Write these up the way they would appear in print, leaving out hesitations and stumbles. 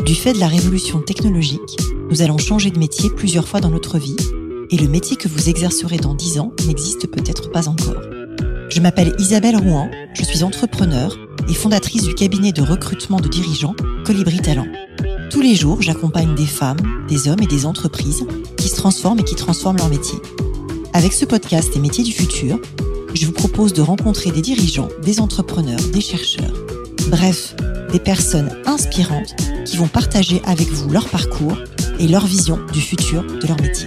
Du fait de la révolution technologique, nous allons changer de métier plusieurs fois dans notre vie et le métier que vous exercerez dans 10 ans n'existe peut-être pas encore. Je m'appelle Isabelle Rouen, je suis entrepreneure et fondatrice du cabinet de recrutement de dirigeants Colibri Talent. Tous les jours, j'accompagne des femmes, des hommes et des entreprises qui se transforment et qui transforment leur métier. Avec ce podcast Les métiers du futur, je vous propose de rencontrer des dirigeants, des entrepreneurs, des chercheurs, bref, des personnes inspirantes qui vont partager avec vous leur parcours et leur vision du futur de leur métier.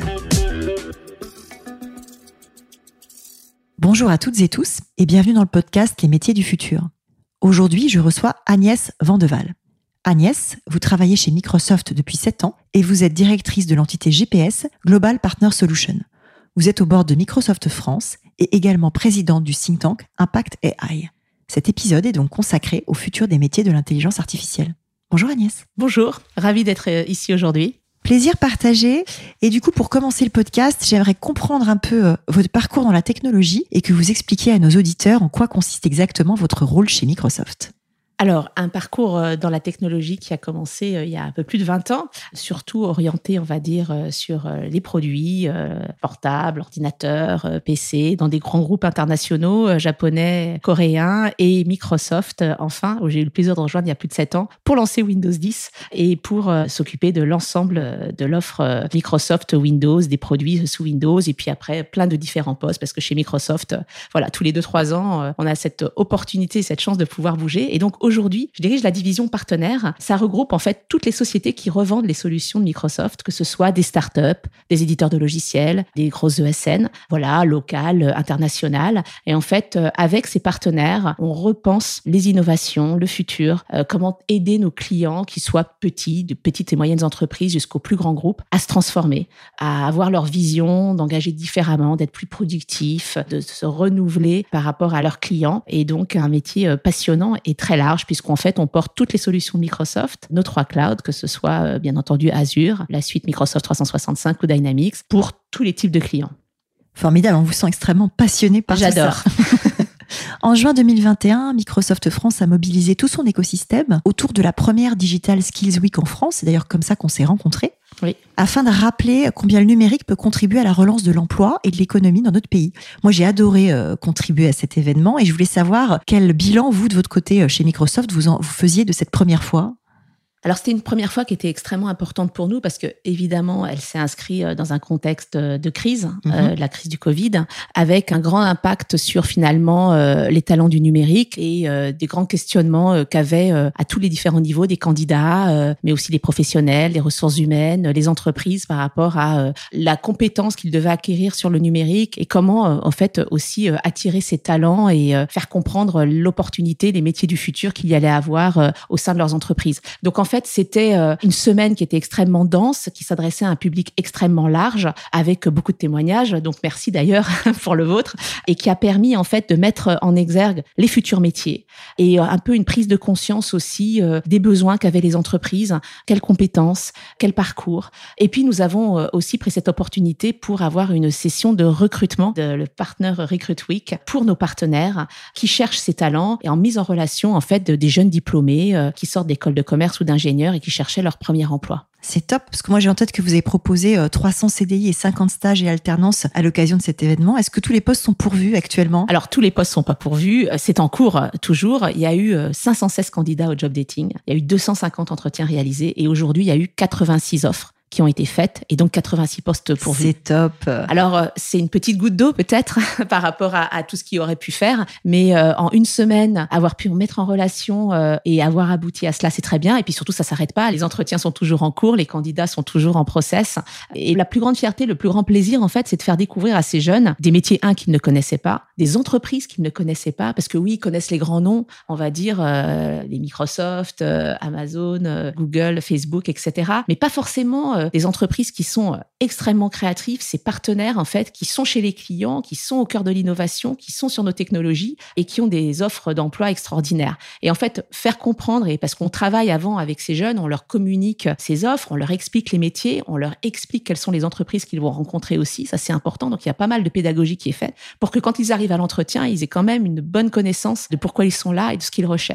Bonjour à toutes et tous et bienvenue dans le podcast Les métiers du futur. Aujourd'hui, je reçois Agnès Vandeval. Agnès, vous travaillez chez Microsoft depuis 7 ans et vous êtes directrice de l'entité GPS Global Partner Solutions. Vous êtes au board de Microsoft France et également présidente du think tank Impact AI. Cet épisode est donc consacré au futur des métiers de l'intelligence artificielle. Bonjour Agnès. Bonjour, ravie d'être ici aujourd'hui. Plaisir partagé. Et du coup, pour commencer le podcast, j'aimerais comprendre un peu votre parcours dans la technologie et que vous expliquiez à nos auditeurs en quoi consiste exactement votre rôle chez Microsoft. Alors, un parcours dans la technologie qui a commencé il y a un peu plus de 20 ans, surtout orienté, on va dire, sur les produits portables, ordinateurs, PC, dans des grands groupes internationaux, japonais, coréens et Microsoft, enfin, où j'ai eu le plaisir de rejoindre il y a plus de 7 ans, pour lancer Windows 10 et pour s'occuper de l'ensemble de l'offre Microsoft Windows, des produits sous Windows, et puis après, plein de différents postes, parce que chez Microsoft, voilà, tous les 2-3 ans, on a cette opportunité, cette chance de pouvoir bouger. Et donc, aujourd'hui, je dirige la division partenaire. Ça regroupe en fait toutes les sociétés qui revendent les solutions de Microsoft, que ce soit des startups, des éditeurs de logiciels, des grosses ESN, voilà, locales, internationales. Et en fait, avec ces partenaires, on repense les innovations, le futur, comment aider nos clients, qui soient petits, de petites et moyennes entreprises jusqu'aux plus grands groupes, à se transformer, à avoir leur vision, d'engager différemment, d'être plus productifs, de se renouveler par rapport à leurs clients. Et donc, un métier passionnant et très large, puisqu'en fait, on porte toutes les solutions de Microsoft, nos 3 clouds, que ce soit bien entendu Azure, la suite Microsoft 365 ou Dynamics, pour tous les types de clients. Formidable, on vous sent extrêmement passionné par J'adore. tout ça. En juin 2021, Microsoft France a mobilisé tout son écosystème autour de la première Digital Skills Week en France. C'est d'ailleurs comme ça qu'on s'est rencontrés. Oui. Afin de rappeler combien le numérique peut contribuer à la relance de l'emploi et de l'économie dans notre pays. Moi, j'ai adoré contribuer à cet événement et je voulais savoir quel bilan, vous, de votre côté, chez Microsoft, vous faisiez de cette première fois. Alors, c'était une première fois qui était extrêmement importante pour nous parce que, évidemment, elle s'est inscrite dans un contexte de crise, la crise du Covid, avec un grand impact sur, finalement, les talents du numérique et des grands questionnements qu'avaient à tous les différents niveaux des candidats, mais aussi les professionnels, les ressources humaines, les entreprises par rapport à la compétence qu'ils devaient acquérir sur le numérique et comment, en fait, aussi attirer ces talents et faire comprendre l'opportunité, les métiers du futur qu'il y allait avoir au sein de leurs entreprises. Donc, en fait, c'était une semaine qui était extrêmement dense, qui s'adressait à un public extrêmement large, avec beaucoup de témoignages. Donc, merci d'ailleurs pour le vôtre, et qui a permis en fait de mettre en exergue les futurs métiers et un peu une prise de conscience aussi des besoins qu'avaient les entreprises, quelles compétences, quel parcours. Et puis, nous avons aussi pris cette opportunité pour avoir une session de recrutement, le Partner Recruit Week, pour nos partenaires qui cherchent ces talents et en mise en relation en fait des jeunes diplômés qui sortent d'écoles de commerce ou d'ingénieurs et qui cherchaient leur premier emploi. C'est top, parce que moi j'ai en tête que vous avez proposé 300 CDI et 50 stages et alternances à l'occasion de cet événement. Est-ce que tous les postes sont pourvus actuellement ? Alors, tous les postes sont pas pourvus. C'est en cours toujours. Il y a eu 516 candidats au job dating. Il y a eu 250 entretiens réalisés et aujourd'hui, il y a eu 86 offres qui ont été faites et donc 86 postes pourvus. C'est top. Alors, c'est une petite goutte d'eau peut-être par rapport à tout ce qu'il aurait pu faire, mais en une semaine, avoir pu mettre en relation et avoir abouti à cela, c'est très bien. Et puis surtout, ça s'arrête pas. Les entretiens sont toujours en cours, les candidats sont toujours en process. Et la plus grande fierté, le plus grand plaisir, en fait, c'est de faire découvrir à ces jeunes des métiers, qu'ils ne connaissaient pas, des entreprises qu'ils ne connaissaient pas, parce que oui, ils connaissent les grands noms, on va dire les Microsoft, Amazon, Google, Facebook, etc. Mais pas forcément des entreprises qui sont extrêmement créatives, ces partenaires en fait qui sont chez les clients, qui sont au cœur de l'innovation, qui sont sur nos technologies et qui ont des offres d'emploi extraordinaires. Et en fait, faire comprendre, et parce qu'on travaille avant avec ces jeunes, on leur communique ces offres, on leur explique les métiers, on leur explique quelles sont les entreprises qu'ils vont rencontrer aussi, ça c'est important. Donc il y a pas mal de pédagogie qui est faite pour que quand ils arrivent à l'entretien, ils aient quand même une bonne connaissance de pourquoi ils sont là et de ce qu'ils recherchent.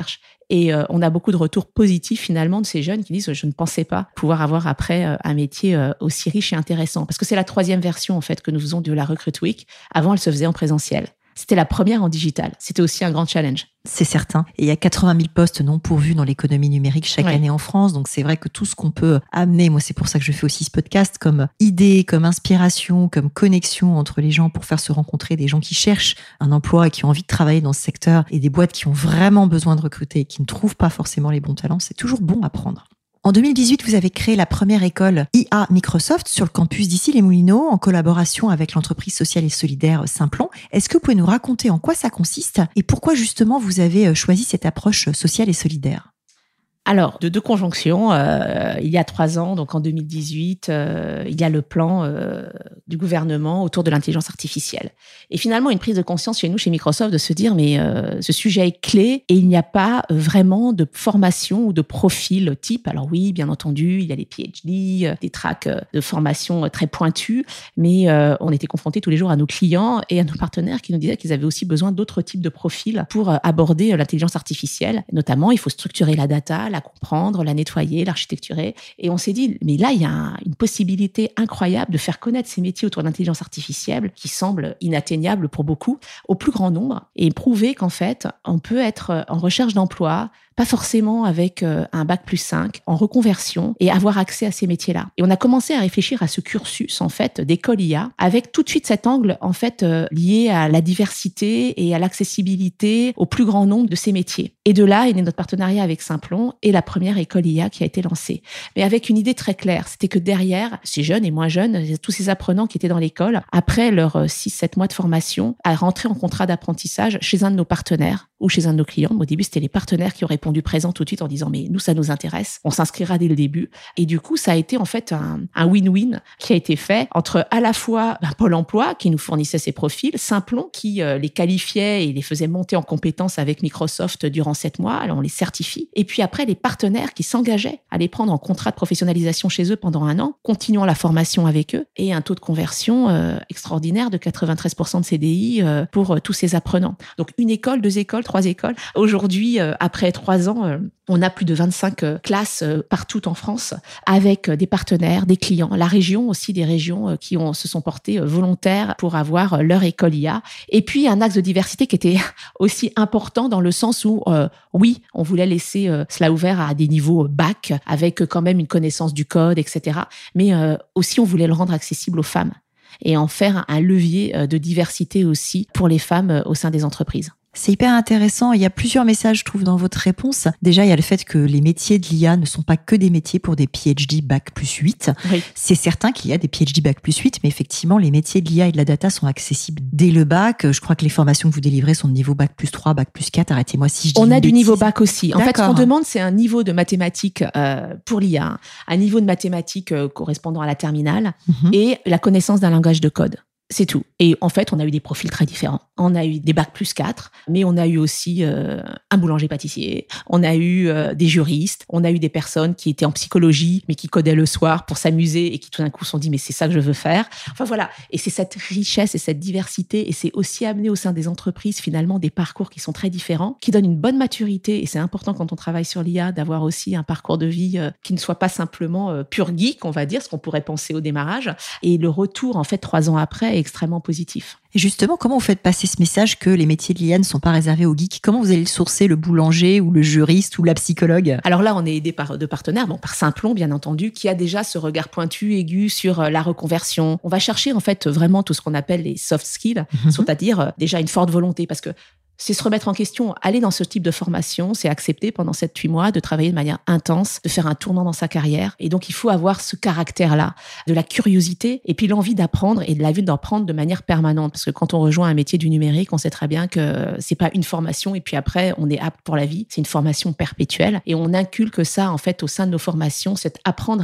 Et on a beaucoup de retours positifs finalement de ces jeunes qui disent « je ne pensais pas pouvoir avoir après un métier aussi riche et intéressant ». Parce que c'est la 3e version en fait que nous faisons de la Recruit Week. Avant, elle se faisait en présentiel. C'était la première en digital. C'était aussi un grand challenge. C'est certain. Et il y a 80 000 postes non pourvus dans l'économie numérique chaque année en France. Donc, c'est vrai que tout ce qu'on peut amener, moi, c'est pour ça que je fais aussi ce podcast, comme idée, comme inspiration, comme connexion entre les gens pour faire se rencontrer des gens qui cherchent un emploi et qui ont envie de travailler dans ce secteur et des boîtes qui ont vraiment besoin de recruter et qui ne trouvent pas forcément les bons talents. C'est toujours bon à prendre. En 2018, vous avez créé la première école IA Microsoft sur le campus d'Issy-les-Moulineaux en collaboration avec l'entreprise sociale et solidaire Simplon. Est-ce que vous pouvez nous raconter en quoi ça consiste et pourquoi justement vous avez choisi cette approche sociale et solidaire ? Alors, de deux conjonctions, il y a 3 ans, donc en 2018, il y a le plan du gouvernement autour de l'intelligence artificielle. Et finalement, une prise de conscience chez nous, chez Microsoft, de se dire, mais ce sujet est clé et il n'y a pas vraiment de formation ou de profil type. Alors oui, bien entendu, il y a les PhD, des tracks de formation très pointus, mais on était confrontés tous les jours à nos clients et à nos partenaires qui nous disaient qu'ils avaient aussi besoin d'autres types de profils pour aborder l'intelligence artificielle. Notamment, il faut structurer la data, la comprendre, la nettoyer, l'architecturer. Et on s'est dit, mais là, il y a une possibilité incroyable de faire connaître ces métiers autour de l'intelligence artificielle qui semblent inatteignables pour beaucoup, au plus grand nombre, et prouver qu'en fait, on peut être en recherche d'emploi, pas forcément avec un bac+5, en reconversion et avoir accès à ces métiers-là. Et on a commencé à réfléchir à ce cursus, en fait, d'école IA, avec tout de suite cet angle, en fait, lié à la diversité et à l'accessibilité au plus grand nombre de ces métiers. Et de là est né notre partenariat avec Simplon et la première école IA qui a été lancée. Mais avec une idée très claire, c'était que derrière, ces jeunes et moins jeunes, tous ces apprenants qui étaient dans l'école, après leurs 6-7 mois de formation, à rentrer en contrat d'apprentissage chez un de nos partenaires ou chez un de nos clients. Au début, c'était les partenaires qui ont répondu présent tout de suite en disant mais nous, ça nous intéresse, on s'inscrira dès le début. Et du coup, ça a été en fait un win-win qui a été fait entre à la fois Pôle emploi qui nous fournissait ses profils, Simplon qui les qualifiait et les faisait monter en compétences avec Microsoft durant 7 mois, alors on les certifie. Et puis après, les partenaires qui s'engageaient à les prendre en contrat de professionnalisation chez eux pendant 1 an, continuant la formation avec eux et un taux de conversion extraordinaire de 93% de CDI pour tous ces apprenants. Donc une école, 2 écoles, 3 écoles. Aujourd'hui, après 3 ans, on a plus de 25 classes partout en France avec des partenaires, des clients, la région aussi, des régions qui se sont portées volontaires pour avoir leur école IA. Et puis un axe de diversité qui était aussi important dans le sens où, oui, on voulait laisser cela ouvert à des niveaux bac avec quand même une connaissance du code, etc. Mais aussi, on voulait le rendre accessible aux femmes et en faire un levier de diversité aussi pour les femmes au sein des entreprises. C'est hyper intéressant. Il y a plusieurs messages, je trouve, dans votre réponse. Déjà, il y a le fait que les métiers de l'IA ne sont pas que des métiers pour des PhD Bac+8. Oui. C'est certain qu'il y a des PhD Bac+8, mais effectivement, les métiers de l'IA et de la data sont accessibles dès le bac. Je crois que les formations que vous délivrez sont de niveau Bac+3, Bac+4. Arrêtez-moi si je dis On une a du bêtise. niveau bac aussi. En fait, ce D'accord. qu'on demande, c'est un niveau de mathématiques pour l'IA, un niveau de mathématiques correspondant à la terminale et la connaissance d'un langage de code. C'est tout. Et en fait, on a eu des profils très différents. On a eu des Bac+4, mais on a eu aussi un boulanger-pâtissier. On a eu des juristes. On a eu des personnes qui étaient en psychologie, mais qui codaient le soir pour s'amuser et qui tout d'un coup se sont dit « mais c'est ça que je veux faire ». Enfin voilà. Et c'est cette richesse et cette diversité et c'est aussi amener au sein des entreprises finalement des parcours qui sont très différents, qui donnent une bonne maturité. Et c'est important quand on travaille sur l'IA d'avoir aussi un parcours de vie qui ne soit pas simplement pur geek, on va dire, ce qu'on pourrait penser au démarrage. Et le retour, en fait, 3 ans après, est extrêmement positif. Et justement, comment vous faites passer ce message que les métiers de l'IA ne sont pas réservés aux geeks ? Comment vous allez le sourcer, le boulanger ou le juriste ou la psychologue ? Alors là, on est aidé par 2 partenaires, par Simplon, bien entendu, qui a déjà ce regard pointu, aigu sur la reconversion. On va chercher en fait vraiment tout ce qu'on appelle les soft skills, c'est-à-dire déjà une forte volonté, parce que c'est se remettre en question. Aller dans ce type de formation, c'est accepter pendant 7-8 mois de travailler de manière intense, de faire un tournant dans sa carrière. Et donc, il faut avoir ce caractère-là, de la curiosité et puis l'envie d'apprendre et de la vue d'apprendre de manière permanente. Parce que quand on rejoint un métier du numérique, on sait très bien que c'est pas une formation et puis après, on est apte pour la vie. C'est une formation perpétuelle. Et on inculque ça, en fait, au sein de nos formations, c'est apprendre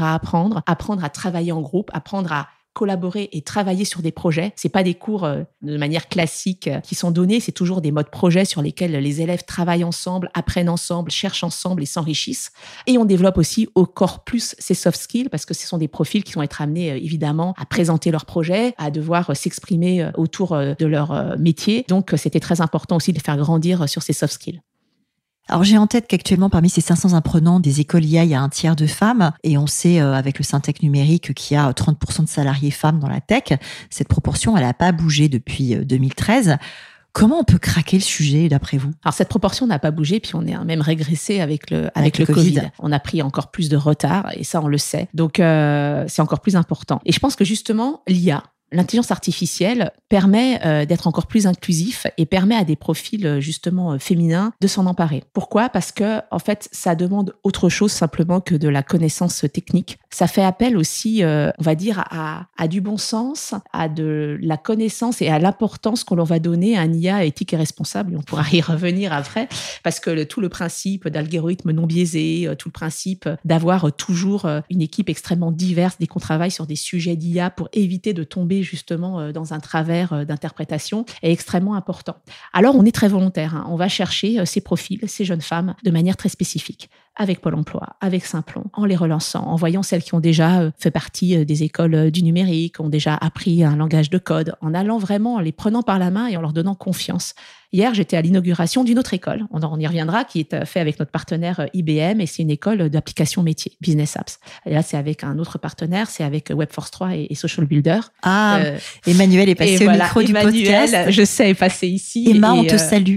à travailler en groupe, apprendre à collaborer et travailler sur des projets. C'est pas des cours de manière classique qui sont donnés, c'est toujours des modes projets sur lesquels les élèves travaillent ensemble, apprennent ensemble, cherchent ensemble et s'enrichissent. Et on développe aussi encore plus ces soft skills parce que ce sont des profils qui vont être amenés évidemment à présenter leurs projets, à devoir s'exprimer autour de leur métier. Donc c'était très important aussi de les faire grandir sur ces soft skills. Alors j'ai en tête qu'actuellement parmi ces 500 apprenants des écoles IA, il y a un tiers de femmes et on sait avec le Syntec numérique qu'il y a 30% de salariés femmes dans la tech. Cette proportion, elle n'a pas bougé depuis 2013. Comment on peut craquer le sujet d'après vous? Alors cette proportion n'a pas bougé, puis on est même régressé avec le Covid. On a pris encore plus de retard et ça on le sait. Donc c'est encore plus important. Et je pense que justement l'IA, l'intelligence artificielle permet d'être encore plus inclusif et permet à des profils justement féminins de s'en emparer. Pourquoi ? Parce que en fait, ça demande autre chose simplement que de la connaissance technique. Ça fait appel aussi, on va dire, à du bon sens, à de la connaissance et à l'importance qu'on va donner à un IA éthique et responsable. Et on pourra y revenir après, parce que tout le principe d'algorithmes non biaisés, tout le principe d'avoir toujours une équipe extrêmement diverse dès qu'on travaille sur des sujets d'IA pour éviter de tomber justement dans un travers d'interprétation est extrêmement important. Alors, on est très volontaire. On va chercher ces profils, ces jeunes femmes, de manière très spécifique, avec Pôle emploi, avec Simplon, en les relançant, en voyant celles qui ont déjà fait partie des écoles du numérique, ont déjà appris un langage de code, en allant vraiment, en les prenant par la main et en leur donnant confiance. Hier, j'étais à l'inauguration d'une autre école, on y reviendra, qui est fait avec notre partenaire IBM, et c'est une école d'application métier, Business Apps. Et là, c'est avec un autre partenaire, c'est avec Webforce 3 et Social Builder. Emmanuel est passé au micro du podcast. Je sais, est passé ici. Emma, on te salue.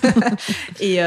Et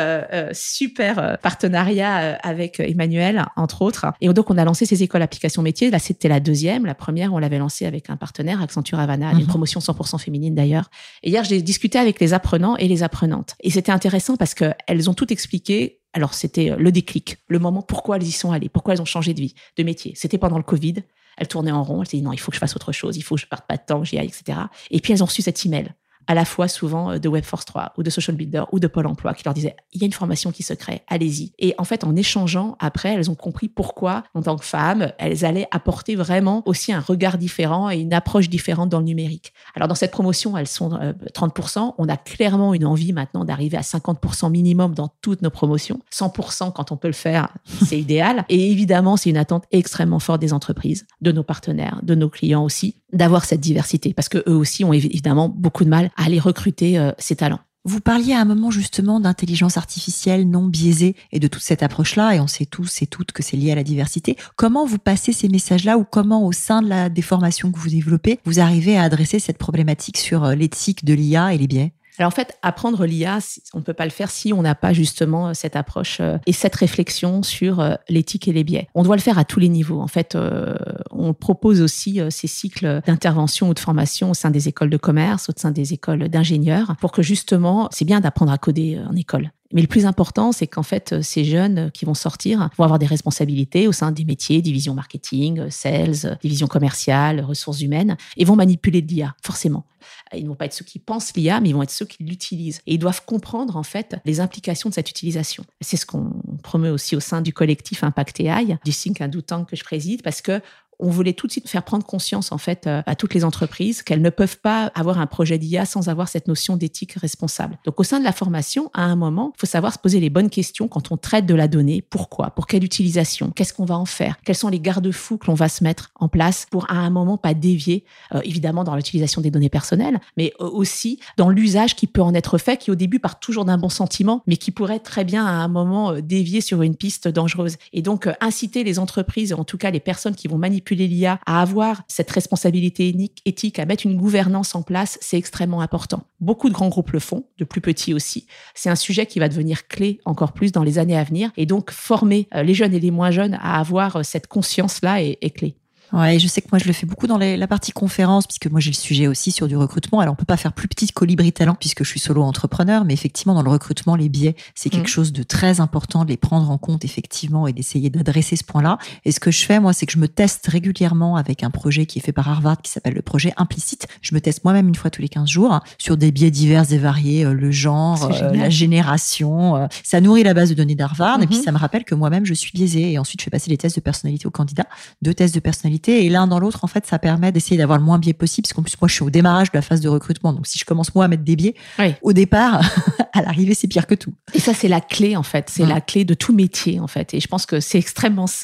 super partenariat avec Emmanuel, entre autres. Et donc, on a lancé ces écoles application métier. Là, c'était la deuxième. La première, on l'avait lancée avec un partenaire, Accenture Havana, une promotion 100% féminine d'ailleurs. Et hier, j'ai discuté avec les apprenants et les apprenantes. Et c'était intéressant parce qu'elles ont tout expliqué. Alors, c'était le déclic, le moment pourquoi elles y sont allées, pourquoi elles ont changé de vie, de métier. C'était pendant le Covid. Elles tournaient en rond. Elles s'est dit non, il faut que je fasse autre chose, il faut que je parte pas de temps, que j'y aille, etc. Et puis, elles ont reçu cet email, à la fois souvent de Webforce 3 ou de Social Builder ou de Pôle emploi, qui leur disait il y a une formation qui se crée, allez-y. Et en fait, en échangeant, après, elles ont compris pourquoi, en tant que femmes, elles allaient apporter vraiment aussi un regard différent et une approche différente dans le numérique. Alors, dans cette promotion, elles sont 30%. On a clairement une envie maintenant d'arriver à 50% minimum dans toutes nos promotions. 100% quand on peut le faire, c'est idéal. Et évidemment, c'est une attente extrêmement forte des entreprises, de nos partenaires, de nos clients aussi, d'avoir cette diversité, parce que eux aussi ont évidemment beaucoup de mal à aller recruter ces talents. Vous parliez à un moment justement d'intelligence artificielle non biaisée et de toute cette approche-là, et on sait tous et toutes que c'est lié à la diversité. Comment vous passez ces messages-là, ou comment au sein de des formations que vous développez, vous arrivez à adresser cette problématique sur l'éthique de l'IA et les biais ? Alors en fait, apprendre l'IA, on ne peut pas le faire si on n'a pas justement cette approche et cette réflexion sur l'éthique et les biais. On doit le faire à tous les niveaux. En fait, on propose aussi ces cycles d'intervention ou de formation au sein des écoles de commerce, au sein des écoles d'ingénieurs, pour que justement, c'est bien d'apprendre à coder en école. Mais le plus important, c'est qu'en fait, ces jeunes qui vont sortir vont avoir des responsabilités au sein des métiers, division marketing, sales, division commerciale, ressources humaines, et vont manipuler de l'IA, forcément. Ils ne vont pas être ceux qui pensent l'IA, mais ils vont être ceux qui l'utilisent. Et ils doivent comprendre, en fait, les implications de cette utilisation. C'est ce qu'on promeut aussi au sein du collectif Impact AI, du Think and Do Tank que je préside, parce que on voulait tout de suite faire prendre conscience, en fait, à toutes les entreprises qu'elles ne peuvent pas avoir un projet d'IA sans avoir cette notion d'éthique responsable. Donc, au sein de la formation, à un moment, il faut savoir se poser les bonnes questions quand on traite de la donnée. Pourquoi ? Pour quelle utilisation ? Qu'est-ce qu'on va en faire ? Quels sont les garde-fous que l'on va se mettre en place pour, à un moment, pas dévier, évidemment, dans l'utilisation des données personnelles, mais aussi dans l'usage qui peut en être fait, qui au début part toujours d'un bon sentiment, mais qui pourrait très bien, à un moment, dévier sur une piste dangereuse. Et donc, inciter les entreprises, en tout cas les personnes qui vont manipuler l'IA, à avoir cette responsabilité éthique, à mettre une gouvernance en place, c'est extrêmement important. Beaucoup de grands groupes le font, de plus petits aussi. C'est un sujet qui va devenir clé encore plus dans les années à venir. Et donc, former les jeunes et les moins jeunes à avoir cette conscience-là est clé. Ouais, je sais que moi je le fais beaucoup dans la partie conférence, puisque moi j'ai le sujet aussi sur du recrutement. Alors on peut pas faire plus petit que Colibri Talent puisque je suis solo entrepreneur, mais effectivement dans le recrutement les biais c'est quelque chose de très important, de les prendre en compte effectivement et d'essayer d'adresser ce point-là. Et ce que je fais moi, c'est que je me teste régulièrement avec un projet qui est fait par Harvard qui s'appelle le projet Implicite. Je me teste moi-même une fois tous les 15 jours sur des biais divers et variés, le genre, la génération. Ça nourrit la base de données d'Harvard et puis ça me rappelle que moi-même je suis biaisée. Et ensuite je fais passer les tests de personnalité aux candidats, 2 tests de personnalité. Et l'un dans l'autre, en fait, ça permet d'essayer d'avoir le moins biais possible. Parce qu'en plus, moi, je suis au démarrage de la phase de recrutement. Donc, si je commence, moi, à mettre des biais, au départ, à l'arrivée, c'est pire que tout. Et ça, c'est la clé, en fait. C'est la clé de tout métier, en fait. Et je pense que c'est extrêmement sain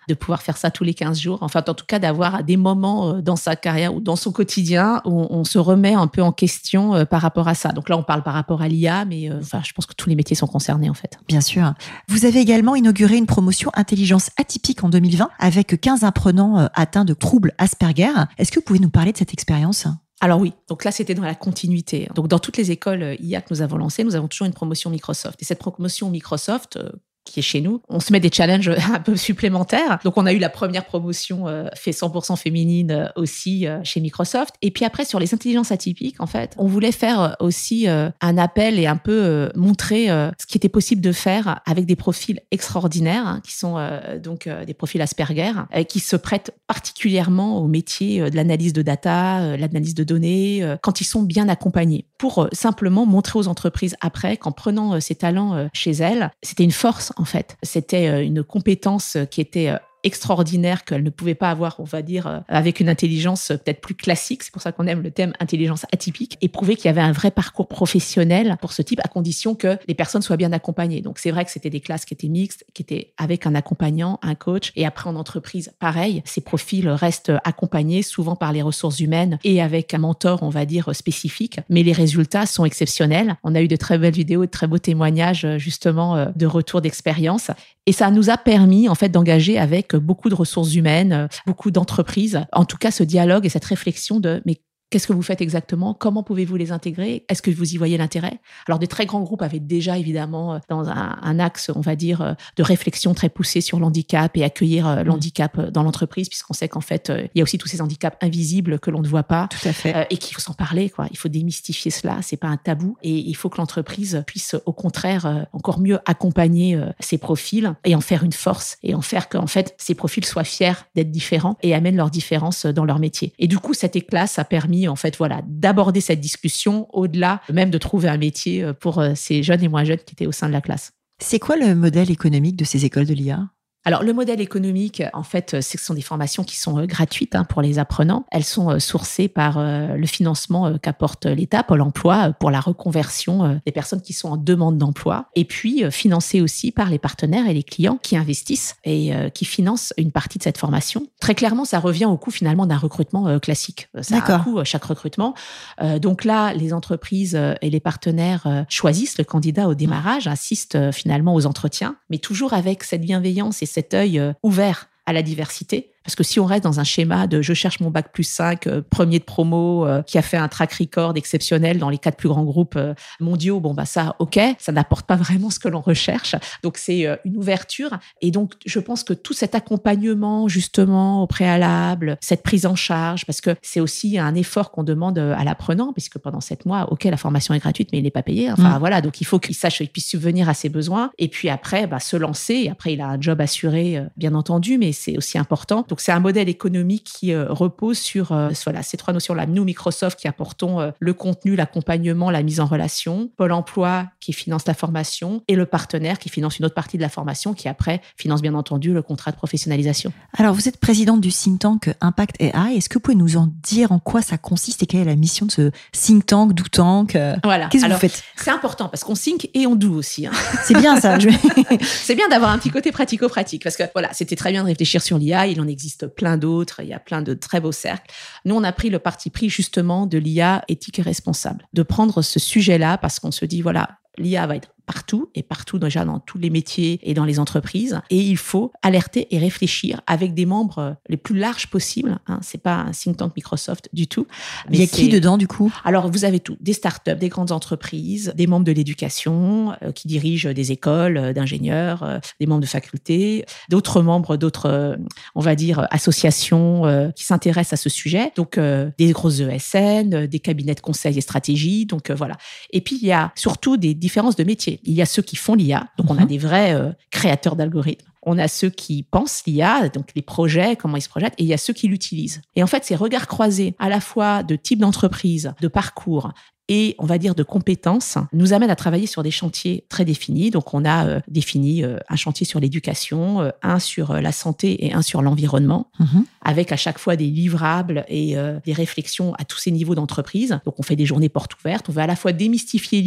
de pouvoir faire ça tous les 15 jours. Enfin, en tout cas, d'avoir des moments dans sa carrière ou dans son quotidien où on se remet un peu en question par rapport à ça. Donc là, on parle par rapport à l'IA, mais je pense que tous les métiers sont concernés en fait. Bien sûr. Vous avez également inauguré une promotion intelligence atypique en 2020 avec 15 apprenants atteints de troubles Asperger. Est-ce que vous pouvez nous parler de cette expérience ? Alors oui, donc là, c'était dans la continuité. Donc dans toutes les écoles IA que nous avons lancées, nous avons toujours une promotion Microsoft. Et cette promotion Microsoft, qui est chez nous, on se met des challenges un peu supplémentaires. Donc, on a eu la première promotion fait 100% féminine aussi chez Microsoft. Et puis après, sur les intelligences atypiques, en fait, on voulait faire aussi un appel et un peu montrer ce qui était possible de faire avec des profils extraordinaires, qui sont donc des profils Asperger, qui se prêtent particulièrement au métier de l'analyse de data, l'analyse de données, quand ils sont bien accompagnés. Pour simplement montrer aux entreprises après qu'en prenant ces talents chez elles, c'était une force en fait. C'était une compétence qui était extraordinaire qu'elle ne pouvait pas avoir, on va dire, avec une intelligence peut-être plus classique. C'est pour ça qu'on aime le thème intelligence atypique et prouver qu'il y avait un vrai parcours professionnel pour ce type à condition que les personnes soient bien accompagnées. Donc, c'est vrai que c'était des classes qui étaient mixtes, qui étaient avec un accompagnant, un coach. Et après, en entreprise, pareil, ces profils restent accompagnés souvent par les ressources humaines et avec un mentor, on va dire, spécifique. Mais les résultats sont exceptionnels. On a eu de très belles vidéos, de très beaux témoignages, justement, de retour d'expérience. Et ça nous a permis, en fait, d'engager avec beaucoup de ressources humaines, beaucoup d'entreprises, en tout cas ce dialogue et cette réflexion de mais qu'est-ce que vous faites exactement? Comment pouvez-vous les intégrer? Est-ce que vous y voyez l'intérêt? Alors, des très grands groupes avaient déjà, évidemment, dans un axe, on va dire, de réflexion très poussé sur l'handicap et accueillir l'handicap dans l'entreprise, puisqu'on sait qu'en fait, il y a aussi tous ces handicaps invisibles que l'on ne voit pas. Tout à fait. Et qu'il faut s'en parler, quoi. Il faut démystifier cela. C'est pas un tabou. Et il faut que l'entreprise puisse, au contraire, encore mieux accompagner ces profils et en faire une force et en faire qu'en fait, ces profils soient fiers d'être différents et amènent leurs différences dans leur métier. Et du coup, cette classe a permis en fait, voilà, d'aborder cette discussion au-delà même de trouver un métier pour ces jeunes et moins jeunes qui étaient au sein de la classe. C'est quoi le modèle économique de ces écoles de l'IA ? Alors, le modèle économique, en fait, ce sont des formations qui sont gratuites pour les apprenants. Elles sont sourcées par le financement qu'apporte l'État, Pôle emploi, pour la reconversion des personnes qui sont en demande d'emploi. Et puis, financées aussi par les partenaires et les clients qui investissent et qui financent une partie de cette formation. Très clairement, ça revient au coût finalement d'un recrutement classique. Ça a un coût chaque recrutement. Donc là, les entreprises et les partenaires choisissent le candidat au démarrage, assistent finalement aux entretiens, mais toujours avec cette bienveillance et cet œil ouvert à la diversité. Parce que si on reste dans un schéma de je cherche mon bac plus 5, premier de promo, qui a fait un track record exceptionnel dans les 4 plus grands groupes mondiaux, bon bah ça, ok, ça n'apporte pas vraiment ce que l'on recherche. Donc c'est une ouverture. Et donc je pense que tout cet accompagnement justement au préalable, cette prise en charge, parce que c'est aussi un effort qu'on demande à l'apprenant, puisque pendant 7 mois, ok, la formation est gratuite, mais il n'est pas payé. Enfin voilà, donc il faut qu'il sache qu'il puisse subvenir à ses besoins. Et puis après, se lancer. Et après, il a un job assuré, bien entendu, mais c'est aussi important. Donc, c'est un modèle économique qui repose sur ces 3 notions-là. Nous, Microsoft, qui apportons le contenu, l'accompagnement, la mise en relation. Pôle emploi, qui finance la formation. Et le partenaire, qui finance une autre partie de la formation, qui après finance bien entendu le contrat de professionnalisation. Alors, vous êtes présidente du think tank Impact AI. Est-ce que vous pouvez nous en dire en quoi ça consiste et quelle est la mission de ce think tank, do tank? Voilà. Qu'est-ce que vous faites? C'est important parce qu'on think et on do aussi. C'est bien ça. C'est bien d'avoir un petit côté pratico-pratique parce que voilà, c'était très bien de réfléchir sur l'IA. Il en existe plein d'autres. Il y a plein de très beaux cercles. Nous, on a pris le parti pris justement de l'IA éthique et responsable, de prendre ce sujet-là parce qu'on se dit voilà, l'IA va être partout et partout déjà dans tous les métiers et dans les entreprises. Et il faut alerter et réfléchir avec des membres les plus larges possibles. C'est pas un think tank Microsoft du tout. Mais il y a qui dedans du coup? Alors vous avez tout, des startups, des grandes entreprises, des membres de l'éducation qui dirigent des écoles d'ingénieurs, des membres de facultés, d'autres membres d'autres, on va dire, associations qui s'intéressent à ce sujet. Donc des grosses ESN, des cabinets de conseil et stratégie. Donc voilà. Et puis il y a surtout des différences de métiers. Il y a ceux qui font l'IA, donc on a des vrais créateurs d'algorithmes. On a ceux qui pensent l'IA, donc les projets, comment ils se projettent, et il y a ceux qui l'utilisent. Et en fait, ces regards croisés à la fois de type d'entreprise, de parcours et, on va dire, de compétences, nous amènent à travailler sur des chantiers très définis. Donc, on a défini un chantier sur l'éducation, un sur la santé et un sur l'environnement, avec à chaque fois des livrables et des réflexions à tous ces niveaux d'entreprise. Donc, on fait des journées portes ouvertes. On veut à la fois démystifier l'IA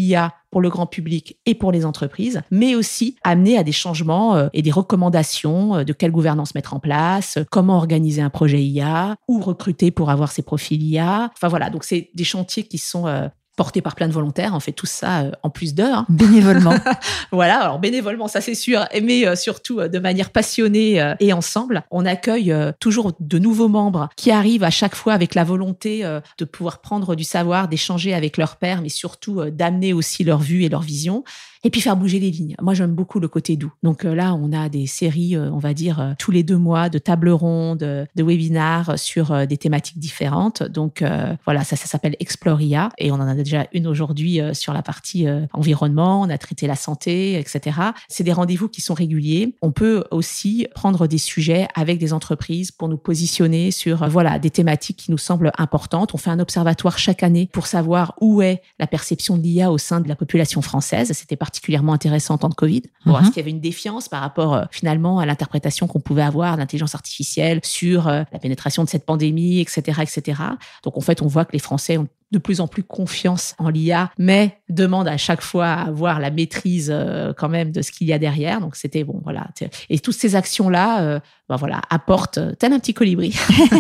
pour le grand public et pour les entreprises, mais aussi amener à des changements et des recommandations de quelle gouvernance mettre en place, comment organiser un projet IA, ou recruter pour avoir ces profils IA. Enfin voilà, donc c'est des chantiers qui sont portés par plein de volontaires. On fait tout ça en plus d'heures. Bénévolement. Voilà, alors bénévolement, ça c'est sûr, mais surtout de manière passionnée et ensemble. On accueille toujours de nouveaux membres qui arrivent à chaque fois avec la volonté de pouvoir prendre du savoir, d'échanger avec leurs pairs, mais surtout d'amener aussi leur vue et leur vision. Et puis faire bouger les lignes. Moi, j'aime beaucoup le côté doux. Donc là, on a des séries, on va dire, tous les 2 mois de tables rondes, de webinars sur des thématiques différentes. Donc voilà, ça s'appelle Explore IA. Et on en a déjà une aujourd'hui sur la partie environnement. On a traité la santé, etc. C'est des rendez-vous qui sont réguliers. On peut aussi prendre des sujets avec des entreprises pour nous positionner sur voilà, des thématiques qui nous semblent importantes. On fait un observatoire chaque année pour savoir où est la perception de l'IA au sein de la population française. C'était particulièrement intéressant en temps de Covid. Est-ce qu'il y avait une défiance par rapport finalement à l'interprétation qu'on pouvait avoir de l'intelligence artificielle sur la pénétration de cette pandémie, etc., etc. Donc en fait, on voit que les Français ont de plus en plus confiance en l'IA, mais demandent à chaque fois à avoir la maîtrise quand même de ce qu'il y a derrière. Donc c'était bon, voilà. Et toutes ces actions-là, voilà, apportent tel un petit colibri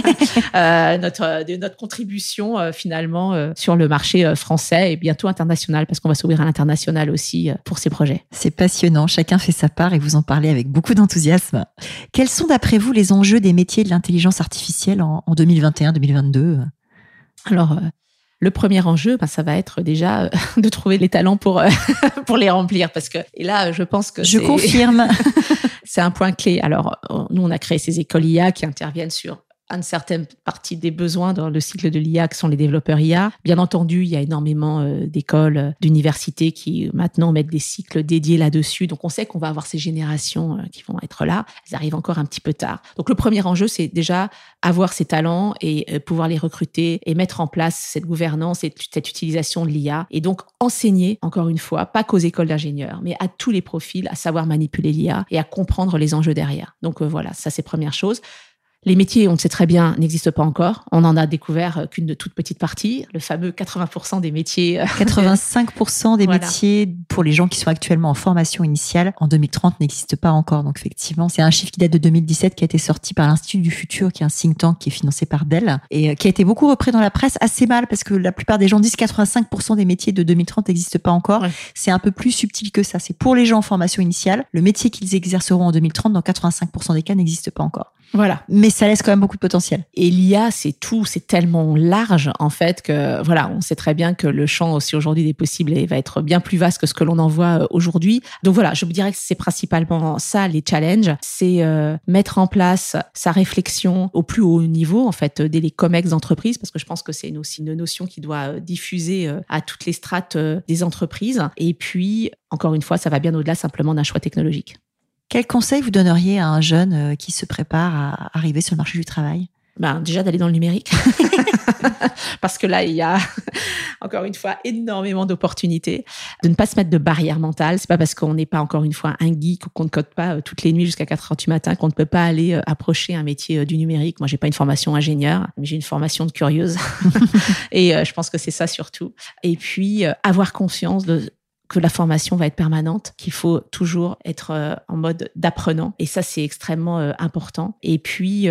notre contribution finalement sur le marché français et bientôt international, parce qu'on va s'ouvrir à l'international aussi pour ces projets. C'est passionnant, chacun fait sa part et vous en parlez avec beaucoup d'enthousiasme. Quels sont d'après vous les enjeux des métiers de l'intelligence artificielle en 2021-2022 ? Alors, le premier enjeu, ça va être déjà de trouver les talents pour les remplir, parce que et là, je pense que je confirme. C'est un point clé. Alors, nous, on a créé ces écoles IA qui interviennent sur une certaine partie des besoins dans le cycle de l'IA, qui sont les développeurs IA. Bien entendu, il y a énormément d'écoles, d'universités qui maintenant mettent des cycles dédiés là-dessus. Donc, on sait qu'on va avoir ces générations qui vont être là. Elles arrivent encore un petit peu tard. Donc, le premier enjeu, c'est déjà avoir ces talents et pouvoir les recruter et mettre en place cette gouvernance et cette utilisation de l'IA. Et donc, enseigner, encore une fois, pas qu'aux écoles d'ingénieurs, mais à tous les profils, à savoir manipuler l'IA et à comprendre les enjeux derrière. Donc, voilà, ça, c'est première chose. Les métiers, on le sait très bien, n'existent pas encore. On en a découvert qu'une toute petite partie, le fameux 80% des métiers. 85% des voilà. métiers pour les gens qui sont actuellement en formation initiale en 2030 n'existent pas encore. Donc effectivement, c'est un chiffre qui date de 2017 qui a été sorti par l'Institut du Futur, qui est un think tank qui est financé par Dell et qui a été beaucoup repris dans la presse, assez mal parce que la plupart des gens disent 85% des métiers de 2030 n'existent pas encore. Ouais. C'est un peu plus subtil que ça. C'est pour les gens en formation initiale. Le métier qu'ils exerceront en 2030, dans 85% des cas, n'existe pas encore. Voilà. Mais ça laisse quand même beaucoup de potentiel. Et l'IA, c'est tout, c'est tellement large, en fait, que voilà, on sait très bien que le champ aussi aujourd'hui des possibles va être bien plus vaste que ce que l'on en voit aujourd'hui. Donc voilà, je vous dirais que c'est principalement ça, les challenges. C'est mettre en place sa réflexion au plus haut niveau, en fait, dès les COMEX d'entreprise, parce que je pense que c'est aussi une notion qui doit diffuser à toutes les strates des entreprises. Et puis, encore une fois, ça va bien au-delà simplement d'un choix technologique. Quel conseil vous donneriez à un jeune qui se prépare à arriver sur le marché du travail ? Déjà d'aller dans le numérique. Parce que là, il y a, encore une fois, énormément d'opportunités. De ne pas se mettre de barrières mentales. C'est pas parce qu'on n'est pas, encore une fois, un geek ou qu'on ne code pas toutes les nuits jusqu'à 4 heures du matin qu'on ne peut pas aller approcher un métier du numérique. Moi, j'ai pas une formation ingénieur, mais j'ai une formation de curieuse. Et je pense que c'est ça surtout. Et puis, avoir conscience que la formation va être permanente, qu'il faut toujours être en mode d'apprenant. Et ça, c'est extrêmement important. Et puis,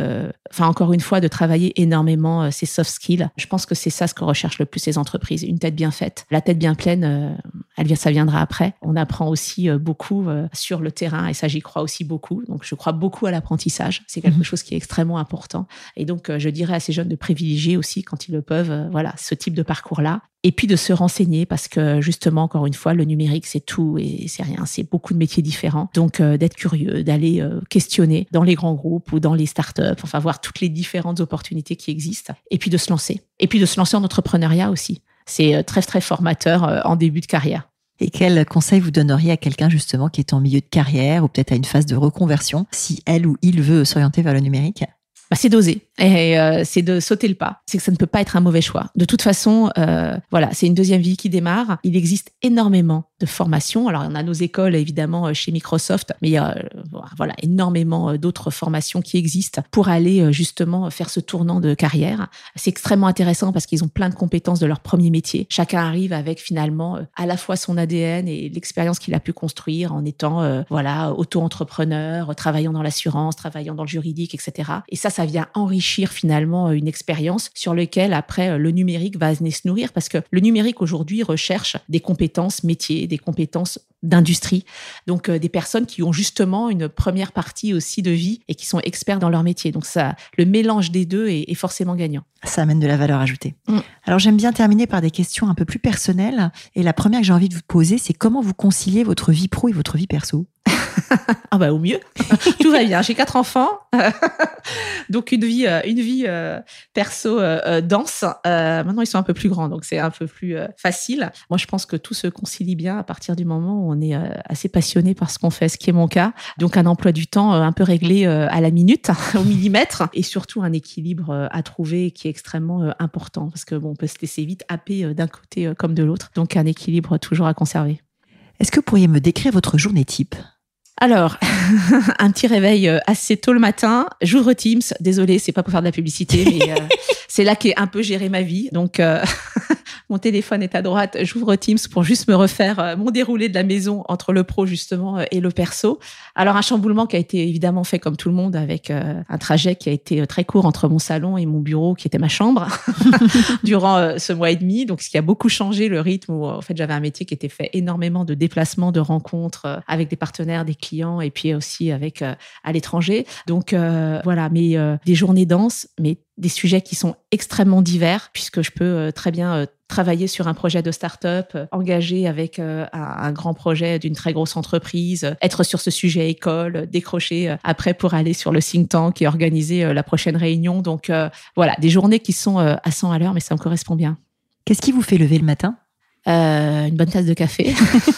encore une fois, de travailler énormément ces soft skills. Je pense que c'est ça ce que recherchent le plus les entreprises. Une tête bien faite. La tête bien pleine, ça viendra après. On apprend aussi beaucoup sur le terrain et ça, j'y crois aussi beaucoup. Donc, je crois beaucoup à l'apprentissage. C'est quelque chose qui est extrêmement important. Et donc, je dirais à ces jeunes de privilégier aussi, quand ils le peuvent, ce type de parcours-là. Et puis de se renseigner parce que justement, encore une fois, le numérique, c'est tout et c'est rien. C'est beaucoup de métiers différents. Donc, d'être curieux, d'aller questionner dans les grands groupes ou dans les startups, voir toutes les différentes opportunités qui existent. Et puis de se lancer. Et puis de se lancer en entrepreneuriat aussi. C'est très, très formateur en début de carrière. Et quel conseil vous donneriez à quelqu'un justement qui est en milieu de carrière ou peut-être à une phase de reconversion, si elle ou il veut s'orienter vers le numérique ? C'est d'oser et c'est de sauter le pas. C'est que ça ne peut pas être un mauvais choix. De toute façon, c'est une deuxième vie qui démarre. Il existe énormément de formations. Alors, on a nos écoles, évidemment, chez Microsoft, mais il y a voilà, énormément d'autres formations qui existent pour aller justement faire ce tournant de carrière. C'est extrêmement intéressant parce qu'ils ont plein de compétences de leur premier métier. Chacun arrive avec finalement à la fois son ADN et l'expérience qu'il a pu construire en étant auto-entrepreneur, travaillant dans l'assurance, travaillant dans le juridique, etc. Et ça vient enrichir finalement une expérience sur laquelle après le numérique va venir se nourrir parce que le numérique aujourd'hui recherche des compétences métiers, des compétences d'industrie. Donc, des personnes qui ont justement une première partie aussi de vie et qui sont experts dans leur métier. Donc, le mélange des deux est forcément gagnant. Ça amène de la valeur ajoutée. Alors, j'aime bien terminer par des questions un peu plus personnelles. Et la première que j'ai envie de vous poser, c'est comment vous conciliez votre vie pro et votre vie perso ? Au mieux. Tout va bien. J'ai 4 enfants. Donc, une vie perso dense. Maintenant, ils sont un peu plus grands, donc c'est un peu plus facile. Moi, je pense que tout se concilie bien à partir du moment où on est assez passionné par ce qu'on fait, ce qui est mon cas. Donc, un emploi du temps un peu réglé à la minute, au millimètre, et surtout un équilibre à trouver qui est extrêmement important parce que on peut se laisser vite happer d'un côté comme de l'autre. Donc, un équilibre toujours à conserver. Est-ce que vous pourriez me décrire votre journée type ? Alors, un petit réveil assez tôt le matin. J'ouvre Teams. Désolée, c'est pas pour faire de la publicité, mais c'est là qu'est un peu gérée ma vie. Donc, mon téléphone est à droite. J'ouvre Teams pour juste me refaire mon déroulé de la maison entre le pro justement et le perso. Alors, un chamboulement qui a été évidemment fait comme tout le monde avec un trajet qui a été très court entre mon salon et mon bureau qui était ma chambre durant ce mois et demi. Donc, ce qui a beaucoup changé le rythme où en fait j'avais un métier qui était fait énormément de déplacements, de rencontres avec des partenaires, des clients et puis aussi avec à l'étranger. Donc voilà, mais des journées denses, mais des sujets qui sont extrêmement divers puisque je peux très bien travailler sur un projet de start-up, engagé avec un grand projet d'une très grosse entreprise, être sur ce sujet école, décrocher après pour aller sur le think tank et organiser la prochaine réunion. Donc voilà, des journées qui sont à 100 à l'heure, mais ça me correspond bien. Qu'est-ce qui vous fait lever le matin ? Une bonne tasse de café.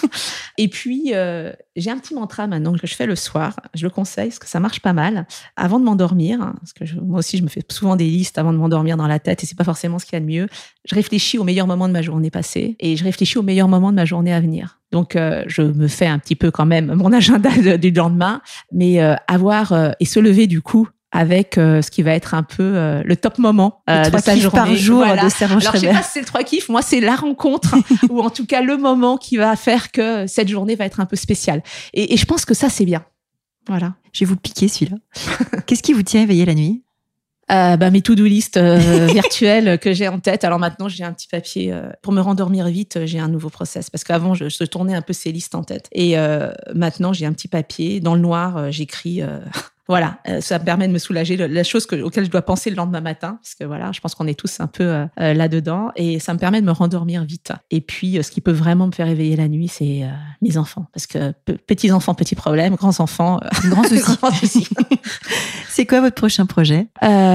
Et puis, j'ai un petit mantra maintenant que je fais le soir. Je le conseille parce que ça marche pas mal. Avant de m'endormir, parce que moi aussi, je me fais souvent des listes avant de m'endormir dans la tête et c'est pas forcément ce qu'il y a de mieux. Je réfléchis aux meilleurs moments de ma journée passée et je réfléchis aux meilleurs moments de ma journée à venir. Donc, je me fais un petit peu quand même mon agenda du lendemain, mais et se lever du coup avec ce qui va être un peu le top moment de sa journée. Par jour de Servan Alors, je sais pas si c'est le 3 kiffs. Moi, c'est la rencontre ou en tout cas le moment qui va faire que cette journée va être un peu spéciale. Et je pense que ça, c'est bien. Voilà. Je vais vous le piquer, celui-là. Qu'est-ce qui vous tient éveillé la nuit ? Mes to-do list virtuelles que j'ai en tête. Alors maintenant, j'ai un petit papier. Pour me rendormir vite, j'ai un nouveau process. Parce qu'avant, je tournais un peu ces listes en tête. Et maintenant, j'ai un petit papier. Dans le noir, j'écris... Voilà, ça me permet de me soulager, la chose auquel je dois penser le lendemain matin, parce que voilà, je pense qu'on est tous un peu là-dedans, et ça me permet de me rendormir vite. Et puis, ce qui peut vraiment me faire réveiller la nuit, c'est mes enfants, parce que petits enfants, petits problèmes, grands enfants, grands soucis. C'est quoi votre prochain projet ?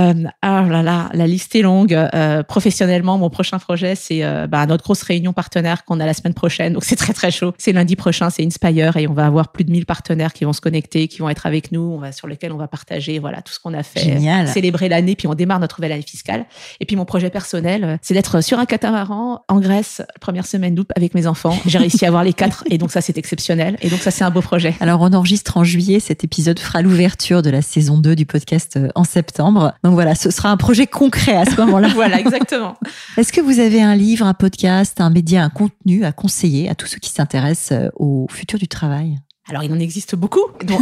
La liste est longue. Professionnellement, mon prochain projet, c'est notre grosse réunion partenaire qu'on a la semaine prochaine, donc c'est très très chaud. C'est lundi prochain, c'est Inspire, et on va avoir plus de 1000 partenaires qui vont se connecter, qui vont être avec nous, sur lesquels on va partager tout ce qu'on a fait. Génial. Célébrer l'année, puis on démarre notre nouvelle année fiscale. Et puis mon projet personnel, c'est d'être sur un catamaran en Grèce, première semaine d'août avec mes enfants. J'ai réussi à avoir les 4 et donc ça c'est exceptionnel. Et donc ça c'est un beau projet. Alors on enregistre en juillet, cet épisode fera l'ouverture de la saison 2 du podcast en septembre. Donc voilà, ce sera un projet concret à ce moment-là. Voilà, exactement. Est-ce que vous avez un livre, un podcast, un média, un contenu à conseiller à tous ceux qui s'intéressent au futur du travail ? Alors, il en existe beaucoup, dont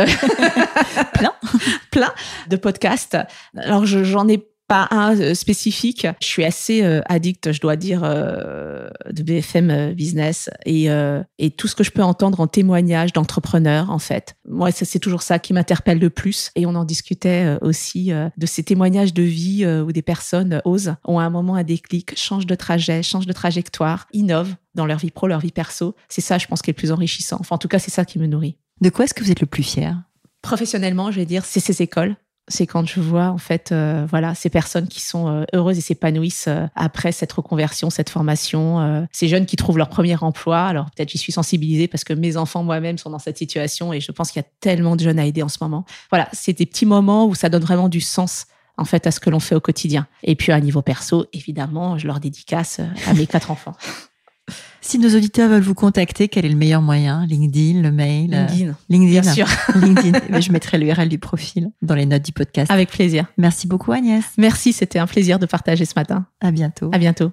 plein de podcasts. Alors, j'en ai pas un spécifique. Je suis assez addict, je dois dire, de BFM Business et tout ce que je peux entendre en témoignage d'entrepreneurs, en fait. Moi, c'est toujours ça qui m'interpelle le plus. Et on en discutait aussi de ces témoignages de vie où des personnes osent, ont à un moment un déclic, changent de trajet, changent de trajectoire, innovent dans leur vie pro, leur vie perso. C'est ça, je pense, qui est le plus enrichissant. Enfin, en tout cas, c'est ça qui me nourrit. De quoi est-ce que vous êtes le plus fier ? Professionnellement, je vais dire, c'est ces écoles. C'est quand je vois, en fait, ces personnes qui sont heureuses et s'épanouissent après cette reconversion, cette formation. Ces jeunes qui trouvent leur premier emploi. Alors, peut-être j'y suis sensibilisée parce que mes enfants moi-même sont dans cette situation et je pense qu'il y a tellement de jeunes à aider en ce moment. Voilà, c'est des petits moments où ça donne vraiment du sens, en fait, à ce que l'on fait au quotidien. Et puis, à un niveau perso, évidemment, je leur dédicace à mes 4 enfants. Si nos auditeurs veulent vous contacter, quel est le meilleur moyen? LinkedIn, le mail? LinkedIn, bien sûr. LinkedIn. Je mettrai l'URL du profil dans les notes du podcast. Avec plaisir. Merci beaucoup Agnès. Merci, c'était un plaisir de partager ce matin. À bientôt. À bientôt.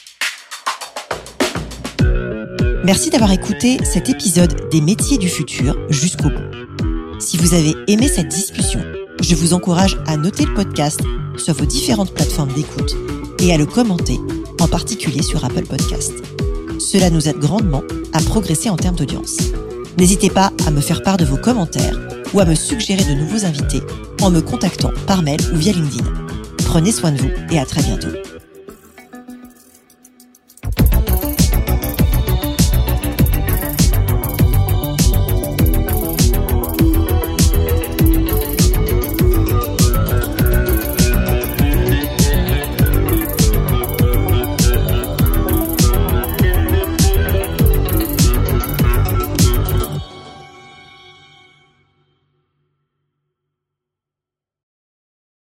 Merci d'avoir écouté cet épisode des métiers du futur jusqu'au bout. Si vous avez aimé cette discussion, je vous encourage à noter le podcast sur vos différentes plateformes d'écoute et à le commenter, en particulier sur Apple Podcasts. Cela nous aide grandement à progresser en termes d'audience. N'hésitez pas à me faire part de vos commentaires ou à me suggérer de nouveaux invités en me contactant par mail ou via LinkedIn. Prenez soin de vous et à très bientôt.